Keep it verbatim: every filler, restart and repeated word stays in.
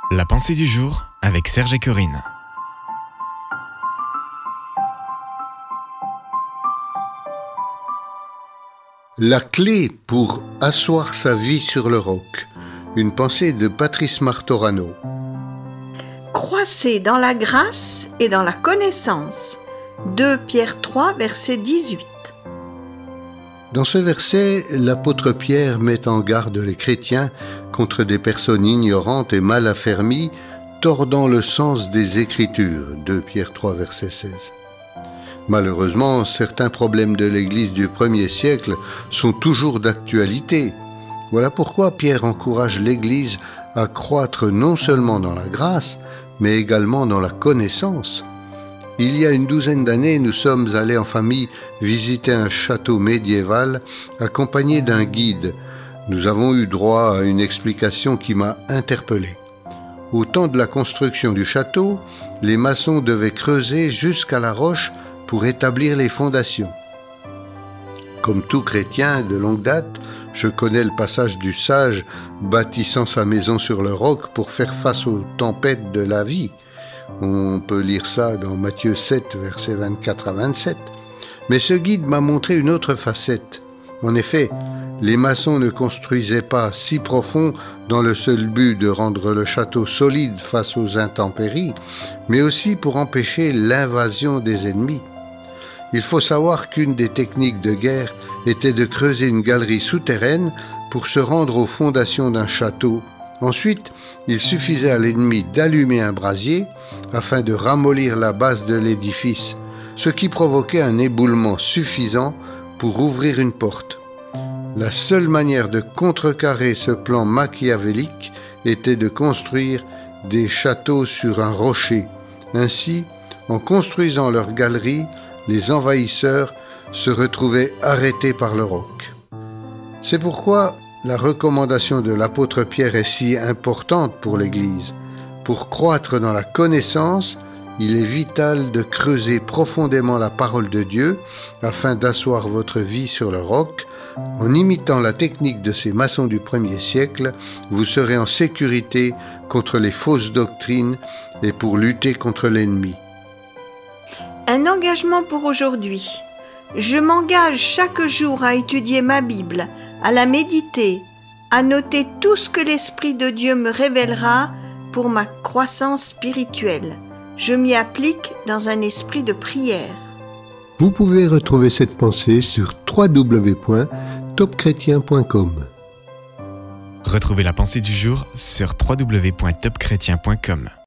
La pensée du jour avec Serge et Corinne. La clé pour asseoir sa vie sur le roc. Une pensée de Patrice Martorano. Croissez dans la grâce et dans la connaissance. deux Pierre trois, verset dix-huit. Dans ce verset, l'apôtre Pierre met en garde les chrétiens contre des personnes ignorantes et mal affermies, tordant le sens des Écritures. deux Pierre trois, verset seize. Malheureusement, certains problèmes de l'Église du premier siècle sont toujours d'actualité. Voilà pourquoi Pierre encourage l'Église à croître non seulement dans la grâce, mais également dans la connaissance. Il y a une douzaine d'années, nous sommes allés en famille visiter un château médiéval accompagné d'un guide. Nous avons eu droit à une explication qui m'a interpellé. Au temps de la construction du château, les maçons devaient creuser jusqu'à la roche pour établir les fondations. Comme tout chrétien de longue date, je connais le passage du sage bâtissant sa maison sur le roc pour faire face aux tempêtes de la vie. On peut lire ça dans Matthieu sept, versets vingt-quatre à vingt-sept. Mais ce guide m'a montré une autre facette. En effet, les maçons ne construisaient pas si profond dans le seul but de rendre le château solide face aux intempéries, mais aussi pour empêcher l'invasion des ennemis. Il faut savoir qu'une des techniques de guerre était de creuser une galerie souterraine pour se rendre aux fondations d'un château. Ensuite, il suffisait à l'ennemi d'allumer un brasier afin de ramollir la base de l'édifice, ce qui provoquait un éboulement suffisant pour ouvrir une porte. La seule manière de contrecarrer ce plan machiavélique était de construire des châteaux sur un rocher. Ainsi, en construisant leur galerie, les envahisseurs se retrouvaient arrêtés par le roc. C'est pourquoi la recommandation de l'apôtre Pierre est si importante pour l'Église. Pour croître dans la connaissance, il est vital de creuser profondément la parole de Dieu afin d'asseoir votre vie sur le roc. En imitant la technique de ces maçons du premier siècle, vous serez en sécurité contre les fausses doctrines et pour lutter contre l'ennemi. Un engagement pour aujourd'hui. Je m'engage chaque jour à étudier ma Bible, à la méditer, à noter tout ce que l'Esprit de Dieu me révélera pour ma croissance spirituelle. Je m'y applique dans un esprit de prière. Vous pouvez retrouver cette pensée sur w w w point top chrétien point com. Retrouvez la pensée du jour sur w w w point top chrétien point com.